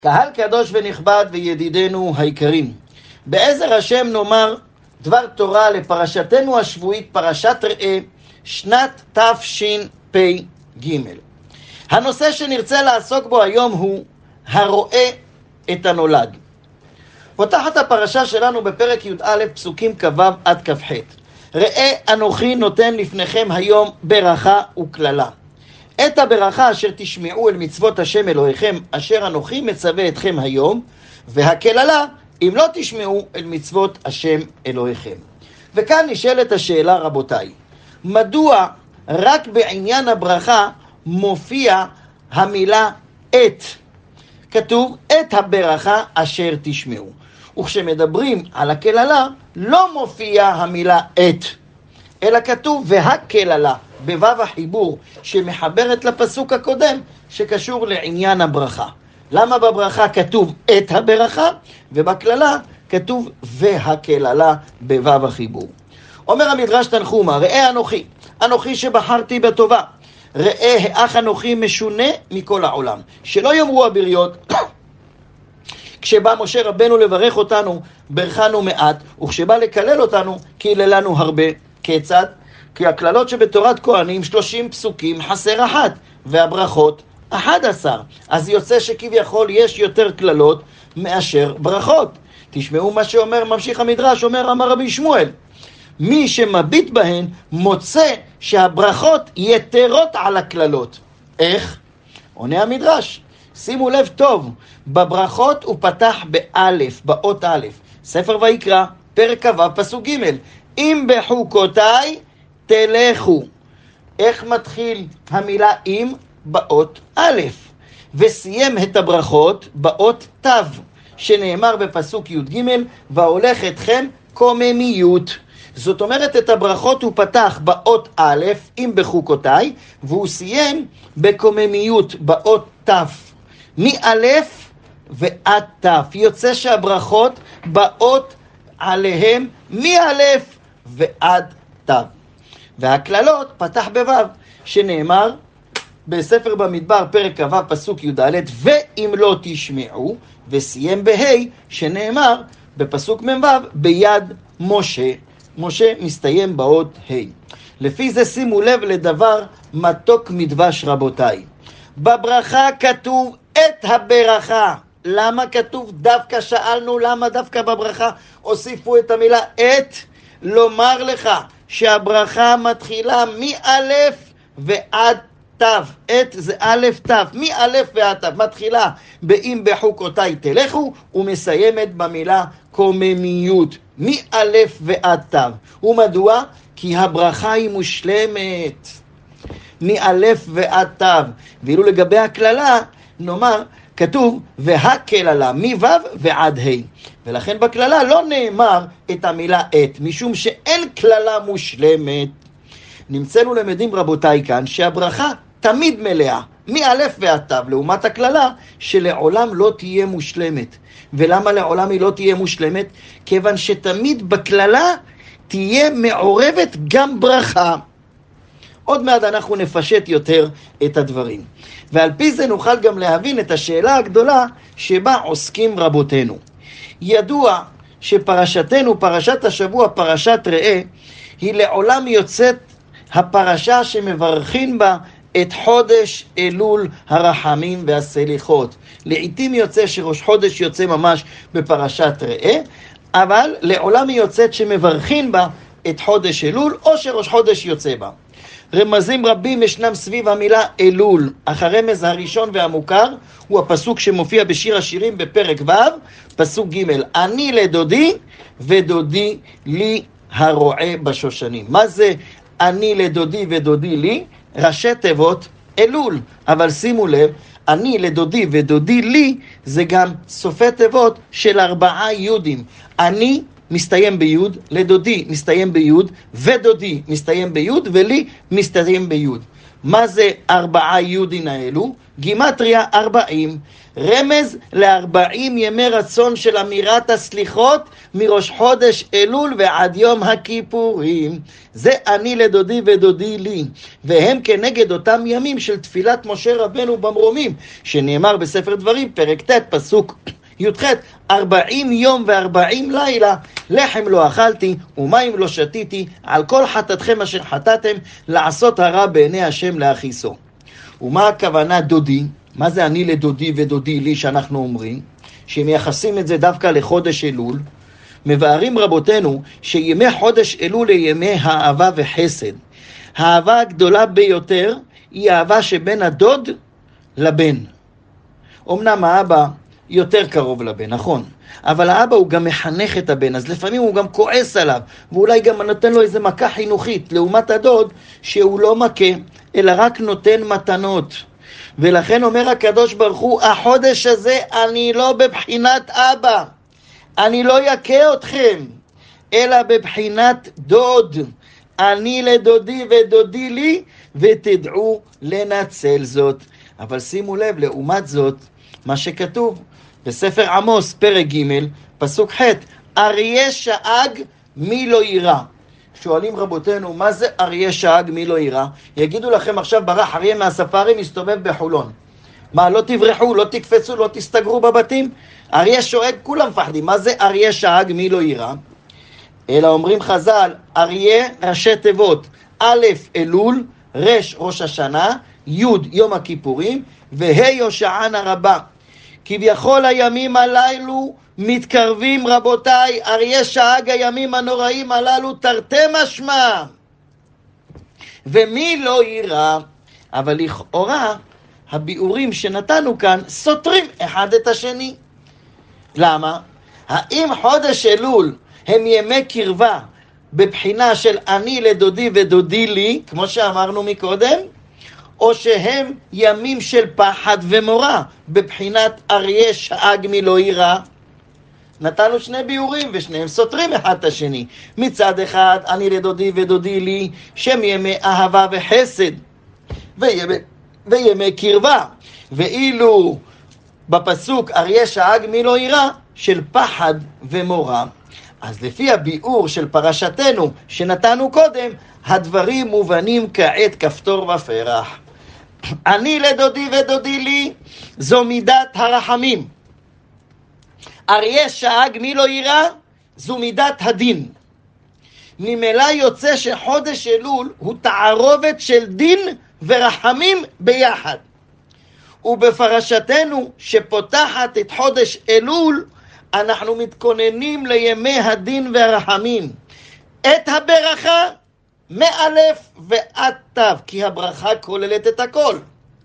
קהל קדוש ונכבד וידידינו היקרים, בעזר השם נאמר דבר תורה לפרשתנו השבועית, פרשת ראה, שנת תשפ"ג. הנושא שנרצה לעסוק בו היום הוא הרואה את הנולד. פותחת הפרשה שלנו בפרק י"א פסוקים כ"ו עד כ"ח. ראה אנוכי נותן לפניכם היום ברכה וכללה. את הברכה אשר תשמעו אל מצוות השם אלוהיכם אשר אנוכי מצווה אתכם היום, והקללה אם לא תשמעו אל מצוות השם אלוהיכם. וכאן נשאלת השאלה, רבותיי, מדוע רק בעניין הברכה מופיע המילה את? כתוב את הברכה אשר תשמעו, וכשמדברים על הקללה לא מופיע המילה את, אלא כתוב והקללה בוו החיבור שמחברת לפסוק הקודם שקשור לעניין הברכה. למה בברכה כתוב את הברכה ובקללה כתוב והקללה בוו החיבור? אומר המדרש תנחומא, ראה אנוכי, אנוכי שבחרתי בטובה, ראה האח אנוכי משונה מכל העולם. שלא יאמרו הבריות כשבא משה רבנו לברך אותנו ברכנו מעט, וכשבא לקלל אותנו קיללנו הרבה. כיצד? כי הכללות שבתורת כהנים 30 פסוקים חסר אחת, והברכות 11. אז יוצא שכביכול יש יותר כללות מאשר ברכות. תשמעו מה שאומר, ממשיך המדרש, אמר רבי שמואל, מי שמביט בהן מוצא שהברכות יתרות על הכללות. איך? עונה המדרש, שימו לב טוב, בברכות הוא פתח באלף, באות א', ספר ויקרא, פרק כ"ו פסוק ג', אם בחוקותיי תלכו. איך מתחיל המילה אם? באות א', וסיים את הברכות באות ת', שנאמר בפסוק י"ג, והולך אתכם קוממיות. זאת אומרת, את הברכות הוא פתח באות א', אם בחוקותיי, והוא סיים בקוממיות באות ת', מאלף ועד ת'. יוצא שהברכות באות עליהם מאלף ועד ת'. והכללות פתח בו', שנאמר בספר במדבר פרק כ"ו פסוק י"ד, ואם לא תשמעו, וסיים בה', שנאמר בפסוק מ"ו ביד משה. משה מסתיים באות ה'. לפי זה שימו לב לדבר מתוק מדבש, רבותיי. בברכה כתוב את הברכה. למה כתוב דווקא? שאלנו למה דווקא בברכה הוסיפו את המילה את? לומר לך שהברכה מתחילה מאלף ועד ת'. את זה א' ת', מאלף ועד ת', מתחילה באם בחוקותיי תלכו, ומסיימת במילה קוממיות, מאלף ועד ת'. ומדוע? כי הברכה היא מושלמת מאלף ועד ת'. ואילו לגבי הכללה נאמר, כתוב והקללה מו' ועד ה', ולכן בכללה לא נאמר את המילה את, משום שאין כללה מושלמת. נמצאנו למדים, רבותיי, כאן שהברכה תמיד מלאה מאלף ועד ת', לעומת הכללה שלעולם לא תהיה מושלמת. ולמה לעולם היא לא תהיה מושלמת? כיוון שתמיד בכללה תהיה מעורבת גם ברכה. עוד מעט אנחנו נפשט יותר את הדברים, ועל פי זה נוכל גם להבין את השאלה הגדולה שבה עוסקים רבותינו. ידוע שפרשתנו, פרשת השבוע, פרשת ראה, היא לעולם יוצאת הפרשה שמברכים בה את חודש אלול הרחמים והסליחות. לעתים יוצא שראש חודש יוצא ממש בפרשת ראה, אבל לעולם היא יוצאת שמברכים בה את חודש אלול, או שראש חודש יוצא בה. רמזים רבים ישנם סביב המילה אלול. אך הרמז הראשון והמוכר הוא הפסוק שמופיע בשיר השירים בפרק ו', פסוק ג', אני לדודי ודודי לי הרועה בשושנים. מה זה אני לדודי ודודי לי? ראשי תיבות אלול. אבל שימו לב, אני לדודי ודודי לי זה גם סופי תיבות של 4 יודים. אני מסתיים ביוד, לדודי מסתיים ביוד, ודודי מסתיים ביוד, ולי מסתיים ביוד. מה זה 4 יודין האלו? גימטריה 40. רמז ל40 ימי רצון של אמירת הסליחות מראש חודש אלול ועד יום הכיפורים. זה אני לדודי ודודי לי, והם כנגד אותם ימים של תפילת משה רבנו במרומים, שנאמר בספר דברים פרק ט' פסוק י"ח, 40 יום ו40 לילה לחם לא אכלתי ומים לא שתיתי על כל חטאתכם אשר חטאתם לעשות הרע בעיני השם להכיסו. ומה הכוונה דודי? מה זה אני לדודי ודודי לי שאנחנו אומרים? שמייחסים את זה דווקא לחודש אלול. מבארים רבותינו שימי חודש אלול לימי האהבה וחסד. האהבה הגדולה ביותר היא האהבה שבין הדוד לבן. אמנם האבא יותר קרוב לבן, נכון, אבל האבא הוא גם מחנך את הבן, אז לפעמים הוא גם כועס עליו, ואולי גם נותן לו איזה מכה חינוכית, לעומת הדוד שהוא לא מכה, אלא רק נותן מתנות. ולכן אומר הקדוש ברוך הוא, החודש הזה אני לא בבחינת אבא, אני לא יקה אתכם, אלא בבחינת דוד. אני לדודי ודודי לי, ותדעו לנצל זאת. אבל שימו לב, לעומת זאת, מה שכתוב בספר עמוס, פרק ג', פסוק ח', אריה שאג מי לא יירא. שואלים רבותינו, מה זה אריה שאג מי לא יירא? יגידו לכם עכשיו ברח אריה מהספארי מסתובב בחולון. מה, לא תברחו, לא תקפצו, לא תסתגרו בבתים? אריה שואג, כולם מפחדים. מה זה אריה שאג מי לא יירא? אלא אומרים חז"ל, אריה ראשי תיבות, א' אלול, ר' ראש השנה, י' יום הכיפורים, וה' הושענא רבה. כביכול הימים הללו מתקרבים רבותיי, אריה שאג הימים הנוראים הללו תרתי משמע. ומי לא יירא? אבל לכאורה הביאורים שנתנו כאן סותרים אחד את השני. למה? האם חודש אלול הם ימי קרבה בבחינה של אני לדודי ודודי לי, כמו שאמרנו מקודם, או שהם ימים של פחד ומורא, בבחינת אריה שאג מי לא יירא? נתנו שני ביאורים ושניהם סותרים אחד את השני. מצד אחד, אני לדודי ודודי לי, שם ימי אהבה וחסד, וימי קרבה. ואילו בפסוק אריה שאג מי לא יירא, של פחד ומורא. אז לפי הביאור של פרשתנו שנתנו קודם, הדברים מובנים כעת כפתור ופרח. אני לדודי ודודי לי, זו מידת הרחמים. אריה שאג מי לא יירא, זו מידת הדין. ממילא יוצא שחודש אלול הוא תערובת של דין ורחמים ביחד. ובפרשתנו שפותחת את חודש אלול, אנחנו מתכוננים לימי הדין והרחמים. את הברכה מאלף ועד תו, כי הברכה כוללת את הכל.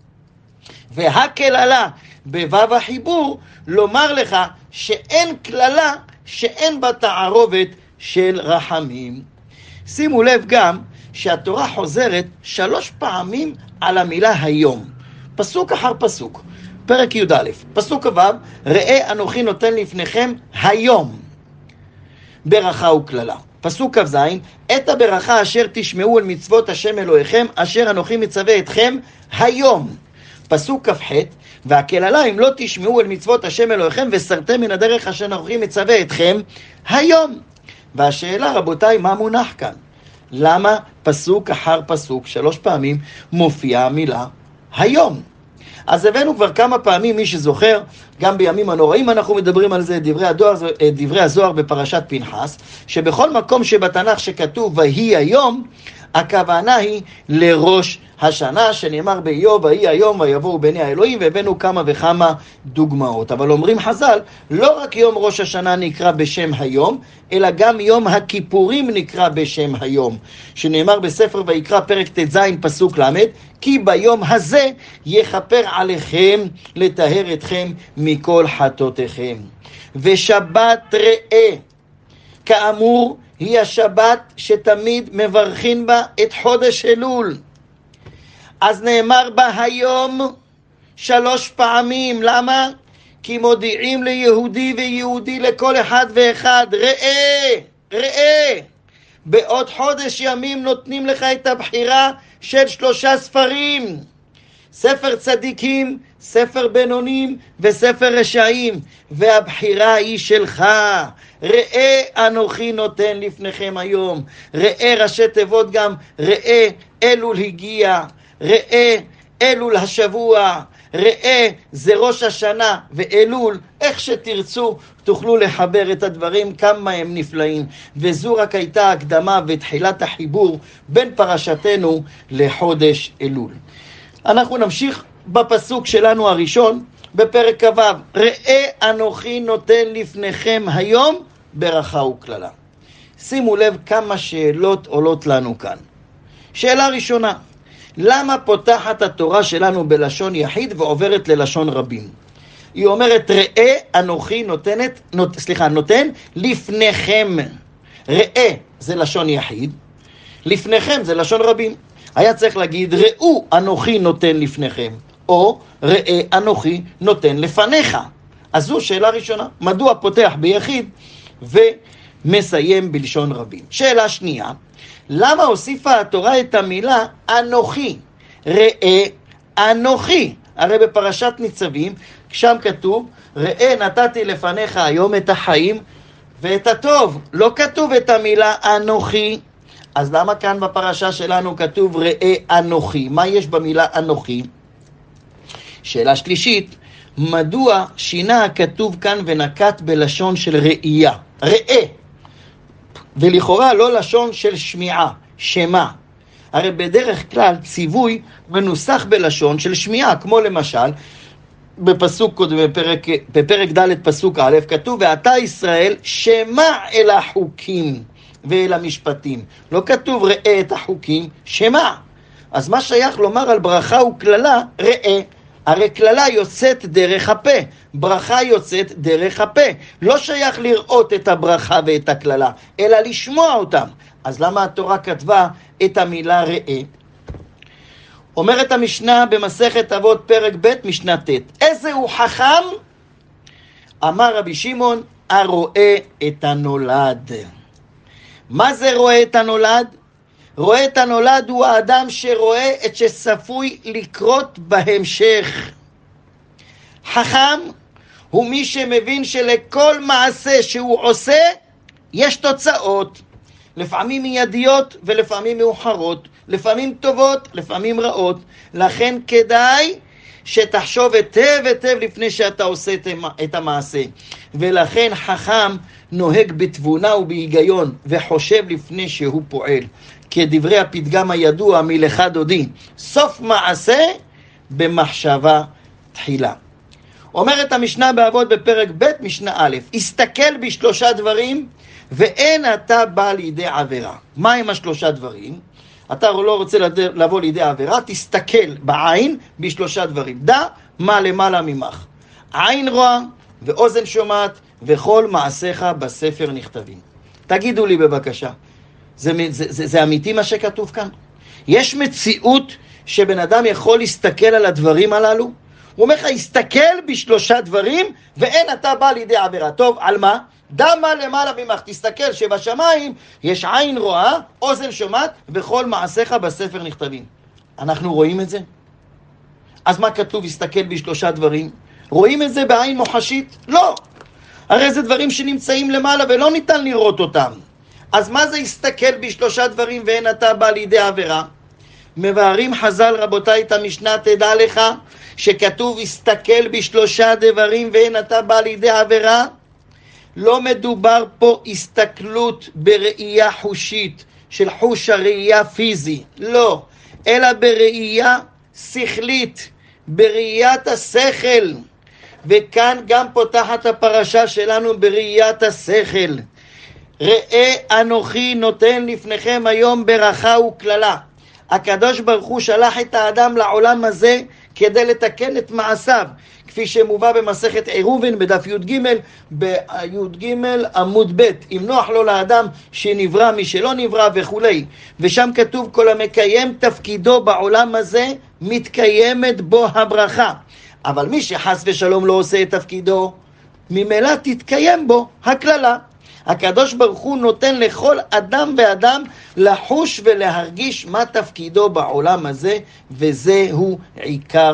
והכללה בו"ב החיבור לומר לך שאין כללה שאין בה תערובת של רחמים. שימו לב גם שהתורה חוזרת 3 פעמים על המילה היום, פסוק אחר פסוק. פרק י"א, פסוק ו', ראה אנוכי נותן לפניכם היום ברכה וכללה. פסוק כ"ז, את הברכה אשר תשמעו אל מצוות השם אלוהיכם אשר אנוכי מצווה אתכם היום. פסוק כ"ח, והכללה אם לא תשמעו אל מצוות השם אלוהיכם וסרתם מן הדרך אשר אנוכי מצווה אתכם היום. והשאלה רבותיי, מה מונח כאן? למה פסוק אחר פסוק 3 פעמים מופיעה המילה היום? אז הבאנו כבר כמה פעמים, מי שזוכר, גם בימים הנוראים אנחנו מדברים על זה, דברי הזוהר בפרשת פנחס, שבכל מקום שבתנ"ך שכתוב ויהי היום, הכוונה היא לראש השנה, שנאמר באיוב, ויהי היום ויבואו בני האלוהים, והבאנו כמה וכמה דוגמאות. אבל אומרים חז"ל, לא רק יום ראש השנה נקרא בשם היום, אלא גם יום הכיפורים נקרא בשם היום, שנאמר בספר ויקרא פרק ט"ז פסוק ל', כי ביום הזה יכפר עליכם לטהר אתכם מכל חטאותיכם. ושבת ראה, כאמור, היא השבת שתמיד מברכים בה את חודש אלול. אז נאמר בה היום 3 פעמים. למה? כי מודיעים ליהודי ויהודי לכל אחד ואחד, ראה, בעוד חודש ימים נותנים לך את הבחירה של 3 ספרים, ספר צדיקים ספר בינונים וספר רשעים, והבחירה היא שלך. ראה אנוכי נותן לפניכם היום. ראה ראשי תיבות גם, ראה אלול הגיע, ראה אלול השבוע, ראה זה ראש השנה ואלול, איך שתרצו תוכלו לחבר את הדברים, כמה הם נפלאים. וזו רק הייתה הקדמה ותחילת החיבור בין פרשתנו לחודש אלול. אנחנו נמשיך בפסוק שלנו הראשון בפרק כ"ו. ראה אנוכי נותן לפניכם היום ברכה וקללה. שימו לב כמה שאלות עולות לנו כאן. שאלה ראשונה, למה פותחת התורה שלנו בלשון יחיד ועוברת ללשון רבים? היא אומרת ראה אנוכי נותן לפניכם. ראה זה לשון יחיד, לפניכם זה לשון רבים. היה צריך להגיד ראו אנוכי נותן לפניכם, או ראה אנוכי נותן לפניך. אז זו שאלה ראשונה, מדוע פותח ביחיד ומסיים בלשון רבים? שאלה שנייה, למה הוסיפה התורה את המילה אנוכי? ראה אנוכי. הרי בפרשת ניצבים, שם כתוב, ראה נתתי לפניך היום את החיים ואת הטוב. לא כתוב את המילה אנוכי. אז למה כאן בפרשה שלנו כתוב ראה אנוכי? מה יש במילה אנוכי? שאלה שלישית, מדוע שינה הכתוב כאן ונקט בלשון של ראייה? ראה. ולכאורה לא לשון של שמיעה, שמה. הרי בדרך כלל ציווי מנוסח בלשון של שמיעה, כמו למשל בפרק ד' פסוק א' כתוב ואתה ישראל שמע אל החוקים ואל המשפטים. לא כתוב ראה את החוקים, שמע. אז מה שייך לומר על ברכה וקללה? ראה. הרי קללה יוצאת דרך הפה, ברכה יוצאת דרך הפה. לא שייך לראות את הברכה ואת הקללה, אלא לשמוע אותם. אז למה התורה כתבה את המילה ראה? אומרת המשנה במסכת אבות פרק ב' משנה ט', איזה הוא חכם? אמר רבי שמעון, הרואה את הנולד. מה זה רואה את הנולד? רואה את הנולד הוא האדם שרואה את שצפוי לקרות בהמשך. חכם הוא מי שמבין שלכל מעשה שהוא עושה יש תוצאות, לפעמים מיידיות ולפעמים מאוחרות, לפעמים טובות, לפעמים רעות. לכן כדאי שתחשוב היטב לפני שאתה עושה את המעשה. ולכן חכם נוהג בתבונה ובהיגיון וחושב לפני שהוא פועל. כדברי הפתגם הידוע מלך דודי, סוף מעשה במחשבה תחילה. אומרת המשנה באבות בפרק ב' משנה א', הסתכל בשלושה דברים ואין אתה בא לידי עבירה. מה הם השלושה דברים? אתה לא רוצה לבוא לידי עבירה, תסתכל בעין בשלושה דברים. דע מה למעלה ממך. עין רואה ואוזן שומעת וכל מעשיך בספר נכתבים. תגידו לי בבקשה, זה אמיתי מה שכתוב כאן? יש מציאות שבן אדם יכול להסתכל על הדברים הללו? הוא אומר לך, הסתכל בשלושה דברים ואין אתה בא לידי עבירה. טוב, על מה? דע מה למעלה ממך, תסתכל שבשמיים יש עין רואה, אוזן שומעת וכל מעשיך בספר נכתבים. אנחנו רואים את זה? אז מה כתוב הסתכל בשלושה דברים? רואים את זה בעין מוחשית? לא. הרי זה דברים שנמצאים למעלה ולא ניתן לראות אותם. אז מה זה הסתכל בשלושה דברים ואין אתה בא לידי עבירה? מבארים חז"ל רבותיי את המשנה, תדע לך שכתוב הסתכל בשלושה דברים ואין אתה בא לידי עבירה. לא מדובר פה הסתכלות בראייה חושית של חוש הראייה פיזי, לא, אלא בראייה שכלית, בראיית השכל. וכאן גם פותחת הפרשה שלנו בראיית השכל. ראה אנוכי נותן לפניכם היום ברכה וקללה. הקדוש ברוך הוא שלח את האדם לעולם הזה כדי לתקן את מעשיו, כפי שמובא במסכת עירובין בדף י"ג, בי"ג עמוד ב', אם נוח לו לאדם שנברא משלא נברא וכולי. ושם כתוב כל המקיים תפקידו בעולם הזה מתקיימת בו הברכה. אבל מי שחס ושלום לא עושה את תפקידו, ממילא תתקיים בו הקללה. הקדוש ברוך הוא נותן לכל אדם ואדם לחוש ולהרגיש מה תפקידו בעולם הזה, וזהו עיקר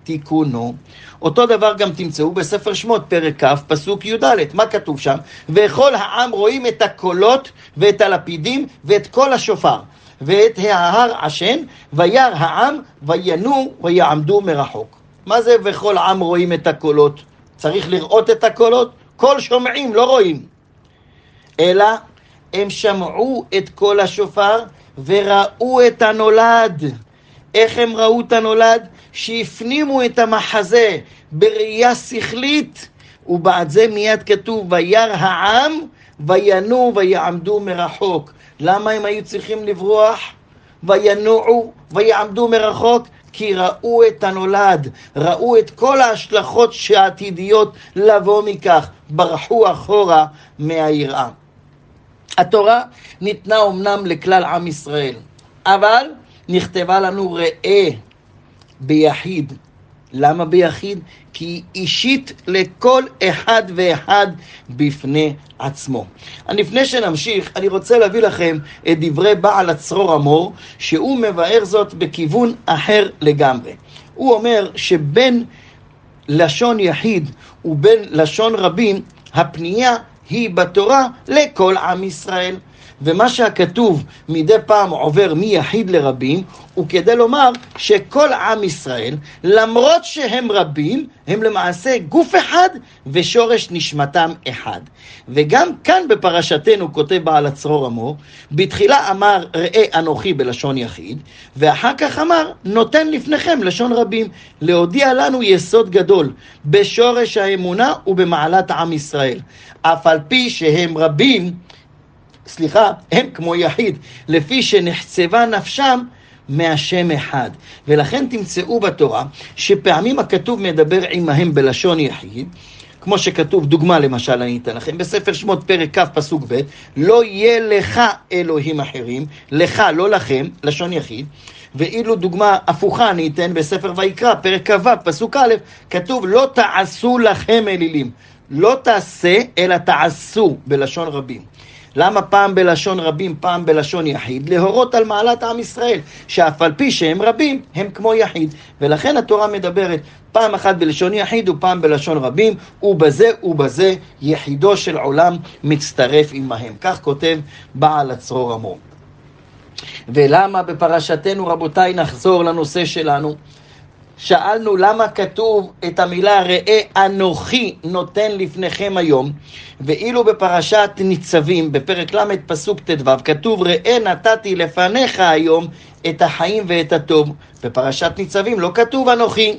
תיקונו. אותו דבר גם תמצאו בספר שמות, פרק כ', פסוק י"ד. מה כתוב שם? וכל העם רואים את הקולות ואת הלפידים ואת כל השופר ואת ההר עשן, וירא העם וינועו ויעמדו מרחוק. מה זה וכל עם רואים את הקולות? צריך לראות את הקולות? קול שומעים, לא רואים. אלא הם שמעו את קול השופר וראו את הנולד. איך הם ראו את הנולד? שהפנימו את המחזה בראייה שכלית, ובעד זה מיד כתוב וירא העם וינועו ויעמדו מרחוק. למה הם היו צריכים לברוח? וינועו ויעמדו מרחוק? כי ראו את הנולד, ראו את כל ההשלכות שעתידיות לבוא מכך, ברחו אחורה מהיראה. התורה ניתנה אומנם לכלל עם ישראל, אבל נכתבה לנו ראה ביחיד. למה ביחיד? כי היא אישית לכל אחד ואחד בפני עצמו. לפני שנמשיך, אני רוצה להביא לכם את דברי בעל הצרור המור, שהוא מבאר זאת בכיוון אחר לגמרי. הוא אומר שבין לשון יחיד ובין לשון רבים, הפנייה היא בתורה לכל עם ישראל. ומה שהכתוב מדי פעם עובר מיחיד לרבים, הוא כדי לומר שכל עם ישראל, למרות שהם רבים, הם למעשה גוף אחד ושורש נשמתם אחד. וגם כאן בפרשתנו כותב בעל הצרור המור, בתחילה אמר ראה אנוכי בלשון יחיד, ואחר כך אמר נותן לפניכם לשון רבים, להודיע לנו יסוד גדול בשורש האמונה ובמעלת עם ישראל. אף על פי שהם רבים, הם כמו יחיד, לפי שנחצבה נפשם מהשם אחד. ולכן תמצאו בתורה שפעמים הכתוב מדבר עמהם בלשון יחיד, כמו שכתוב, דוגמה למשל אני אתן לכם, בספר שמות פרק כ' פסוק ב', לא יהיה לך אלוהים אחרים, לך לא לכם, לשון יחיד. ואילו דוגמה הפוכה אני אתן בספר ויקרא, פרק כ' פסוק א', כתוב לא תעשו לכם אלילים, לא תעשה אלא תעשו בלשון רבים. למה פעם בלשון רבים, פעם בלשון יחיד? להורות על מעלת עם ישראל, שאף על פי שהם רבים, הם כמו יחיד. ולכן התורה מדברת פעם אחת בלשון יחיד ופעם בלשון רבים, ובזה יחידו של עולם מצטרף עמהם. כך כותב בעל הצרור המור. ולמה בפרשתנו, רבותיי, נחזור לנושא שלנו, שאלנו למה כתוב את המילה ראה אנוכי נותן לפניכם היום, ואילו בפרשת ניצבים בפרק ל' פסוק ט"ו כתוב ראה נתתי לפניך היום את החיים ואת הטוב. בפרשת ניצבים לא כתוב אנוכי,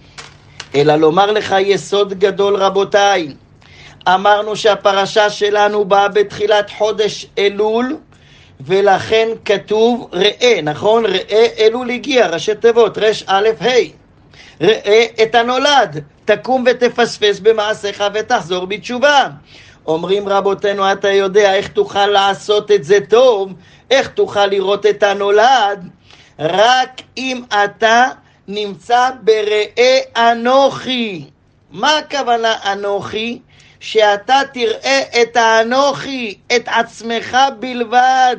אלא לומר לך יסוד גדול. רבותיי, אמרנו שהפרשה שלנו באה בתחילת חודש אלול, ולכן כתוב ראה, נכון? ראה אלול הגיע, ראשי תיבות רש א' ה', ראה את הנולד, תקום ותפספס במעשיך ותחזור בתשובה. אומרים רבותינו, אתה יודע איך תוכל לעשות את זה טוב, איך תוכל לראות את הנולד? רק אם אתה נמצא בראה אנוכי. מה הכוונה אנוכי? שאתה תראה את האנוכי, את עצמך בלבד.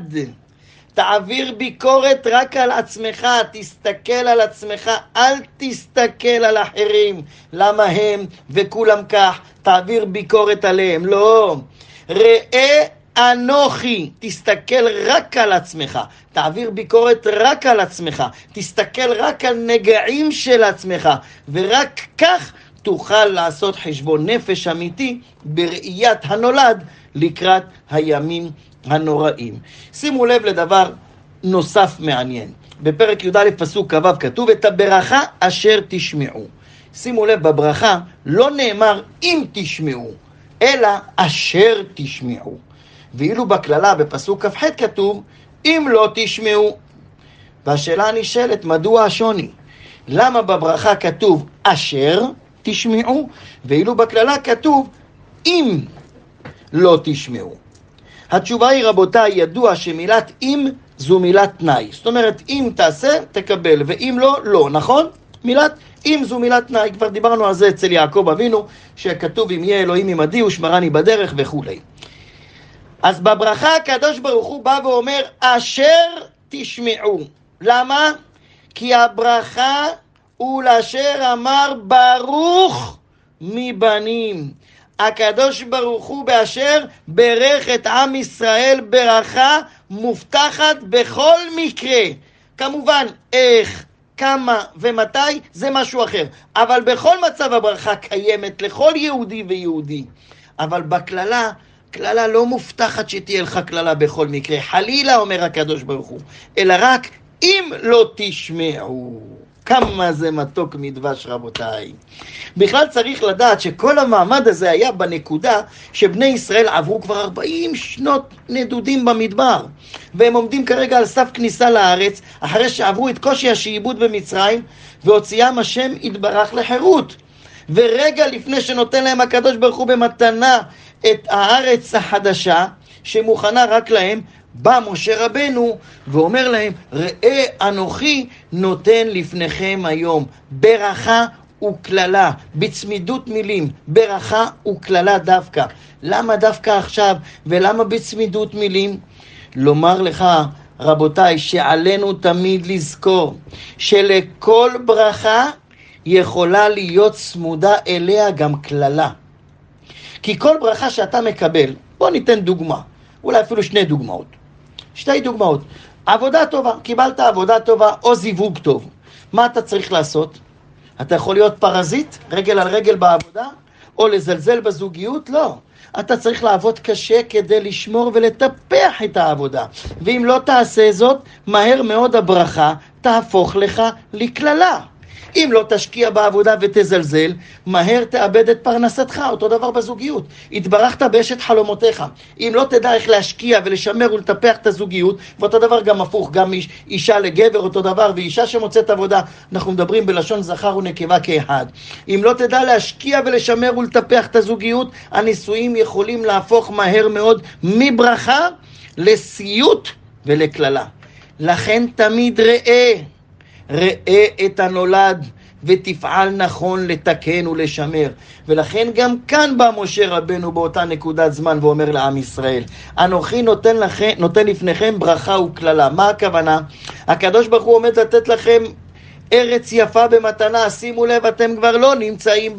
תעביר ביקורת רק על עצמך, תסתכל על עצמך, אל תסתכל על אחרים. למה הם וכולם כך? תעביר ביקורת עליהם. לא. ראה אנוכי, תסתכל רק על עצמך, תעביר ביקורת רק על עצמך, תסתכל רק על נגעים של עצמך, ורק כך תוכל לעשות חשבון נפש אמיתי בראיית הנולד לקראת הימים הנוראים. שימו לב לדבר נוסף מעניין. בפרק י"א פסוק כ"ו כתוב את הברכה אשר תשמעו. שימו לב, בברכה לא נאמר אם תשמעו, אלא אשר תשמעו. ואילו בכללה בפסוק כ"ח כתוב אם לא תשמעו. והשאלה נשאלת, מדוע השוני? למה בברכה כתוב אשר תשמעו, ואילו בכללה כתוב אם לא תשמעו? התשובה היא, רבותיי, ידוע שמילת אם זו מילת תנאי. זאת אומרת, אם תעשה, תקבל, ואם לא, לא, נכון? מילת אם זו מילת תנאי. כבר דיברנו על זה אצל יעקב אבינו, שכתוב אם יהיה אלוהים עמדי ושמרני בדרך וכו'. אז בברכה הקדוש ברוך הוא בא ואומר אשר תשמעו. למה? כי הברכה ולאשר אמר ברוך מבנים. הקדוש ברוך הוא באשר ברך את עם ישראל ברכה מובטחת בכל מקרה. כמובן איך, כמה ומתי זה משהו אחר, אבל בכל מצב הברכה קיימת לכל יהודי ויהודי. אבל בכללה, כללה לא מובטחת שתהיה לך כללה בכל מקרה, חלילה אומר הקדוש ברוך הוא, אלא רק אם לא תשמעו. כמה זה מתוק מדבש רבותיי. בכלל צריך לדעת שכל המעמד הזה היה בנקודה שבני ישראל עברו כבר 40 שנות נדודים במדבר, והם עומדים כרגע על סף כניסה לארץ, אחרי שעברו את קושי השעבוד במצרים, והוציאם השם יתברך לחירות. ורגע לפני שנותן להם הקדוש ברוך הוא במתנה את הארץ החדשה, שמוכנה רק להם, בא משה רבנו ואומר להם, ראה אנוכי נותן לפניכם היום ברכה וכללה, בצמידות מילים, ברכה וכללה דווקא. למה דווקא עכשיו ולמה בצמידות מילים? לומר לך רבותיי שעלינו תמיד לזכור שלכל ברכה יכולה להיות צמודה אליה גם כללה. כי כל ברכה שאתה מקבל, בוא ניתן דוגמה, אולי אפילו שתי דוגמאות. עבודה טובה, קיבלת עבודה טובה או זיווג טוב. מה אתה צריך לעשות? אתה יכול להיות פרזיט, רגל על רגל בעבודה, או לזלזל בזוגיות? לא. אתה צריך לעבוד קשה כדי לשמור ולטפח את העבודה. ואם לא תעשה זאת, מהר מאוד הברכה תהפוך לך לכללה. אם לא תשקיע בעבודה ותזלזל, מהר תאבד את פרנסתך. אותו דבר בזוגיות. התברכת באשת חלומותיך. אם לא תדע איך להשקיע ולשמר ולטפח את הזוגיות, ואותו דבר גם הפוך, גם אישה לגבר אותו דבר, ואישה שמוצאת עבודה, אנחנו מדברים בלשון זכר ונקבה כאחד. אם לא תדע להשקיע ולשמר ולטפח את הזוגיות, הנישואים יכולים להפוך מהר מאוד מברכה לסיוט ולכללה. לכן תמיד ראה את הנולד ותפעל נכון לתקן ולשמר. ולכן גם כאן בא משה רבנו באותה נקודת זמן ואומר לעם ישראל, אנוכי נותן לפניכם ברכה וכללה. מה הכוונה? הקדוש ברוך הוא עומד לתת לכם ארץ יפה במתנה. שימו לב, אתם כבר לא נמצאים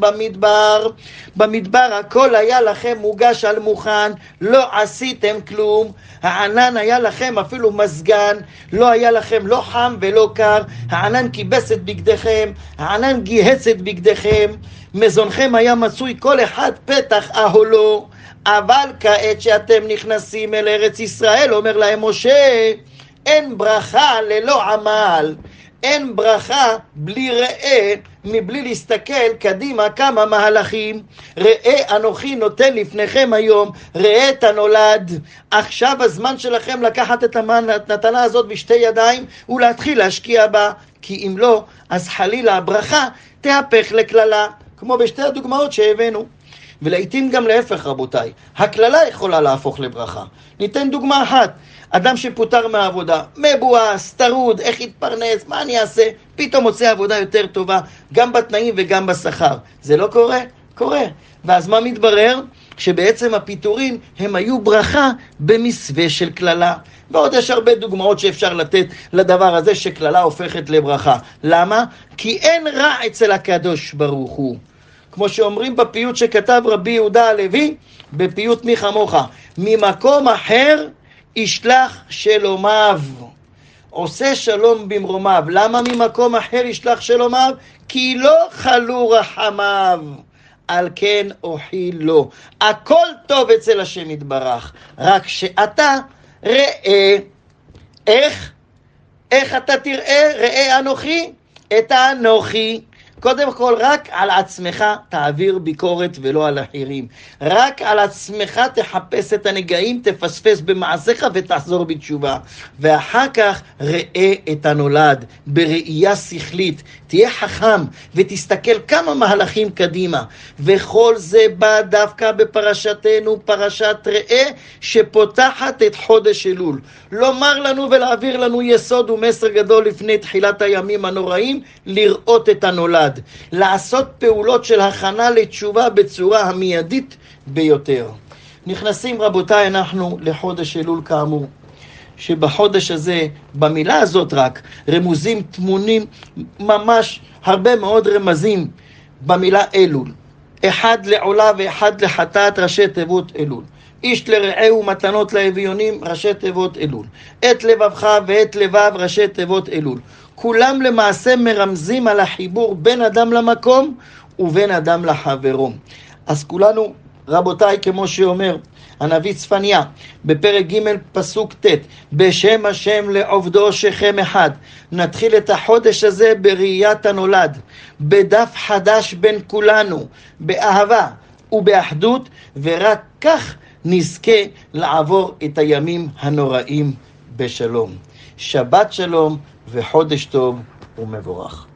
במדבר הכל היה לכם מוגש על מוכן, לא עשיתם כלום. הענן היה לכם אפילו מזגן, לא היה לכם לא חם ולא קר. הענן כיבס את בגדיכם, הענן גיהץ את בגדיכם, מזונכם היה מצוי כל אחד פתח אהלו. אבל כעת שאתם נכנסים אל ארץ ישראל, אומר להם משה, אין ברכה ללא עמל. אין ברכה בלי ראה, מבלי להסתכל קדימה כמה מהלכים. ראה אנוכי נותן לפניכם היום, ראה את הנולד. עכשיו הזמן שלכם לקחת את המתנה הזאת בשתי ידיים ולהתחיל להשקיע בה, כי אם לא, אז חלילה הברכה תהפך לכללה, כמו בשתי הדוגמאות שהבאנו. ולעיתים גם להפך רבותיי, הכללה יכולה להפוך לברכה. ניתן דוגמה אחת, אדם שפוטר מהעבודה, מבואס, טרוד, איך יתפרנס, מה אני אעשה? פתאום מוצא עבודה יותר טובה, גם בתנאים וגם בשכר. זה לא קורה? קורה. ואז מה מתברר? שבעצם הפיטורים הם היו ברכה במסווה של כללה. ועוד יש הרבה דוגמאות שאפשר לתת לדבר הזה שכללה הופכת לברכה. למה? כי אין רע אצל הקדוש ברוך הוא. כמו שאומרים בפיוט שכתב רבי יהודה הלוי, בפיוט מי כמוך, ממקום אחר ישלח שלומיו, עושה שלום במרומיו. למה ממקום אחר ישלח שלומיו? כי לא חלו רחמיו, על כן אוכיל לו. הכל טוב אצל השם יתברך, רק שאתה ראה. איך אתה תראה? ראה אנוכי, את האנוכי. קודם כל, רק על עצמך תעביר ביקורת ולא על אחרים. רק על עצמך תחפש את הנגעים, תפספס במעשיך ותחזור בתשובה. ואחר כך ראה את הנולד בראייה שכלית. תהיה חכם ותסתכל כמה מהלכים קדימה. וכל זה בא דווקא בפרשתנו, פרשת ראה, שפותחת את חודש אלול. לומר לנו ולהעביר לנו יסוד ומסר גדול לפני תחילת הימים הנוראים, לראות את הנולד. לעשות פעולות של הכנה לתשובה בצורה המיידית ביותר. נכנסים רבותיי אנחנו לחודש אלול כאמור. שבחודש הזה, במילה הזאת רק, רמוזים תמונים, ממש הרבה מאוד רמזים במילה אלול. אחד לעולה ואחד לחטאת, ראשי תיבות אלול. איש לרעהו מתנות לאביונים, ראשי תיבות אלול. את לבבך ואת לבב, ראשי תיבות אלול. כולם למעשה מרמזים על החיבור בין אדם למקום ובין אדם לחברו. אז כולנו, רבותיי, כמו שאומר הנביא צפניה בפרק ג' פסוק ט', בשם השם לעובדו שכם אחד, נתחיל את החודש הזה בראיית הנולד, בדף חדש בין כולנו, באהבה ובאחדות, ורק כך נזכה לעבור את הימים הנוראים בשלום. שבת שלום וחודש טוב ומבורך.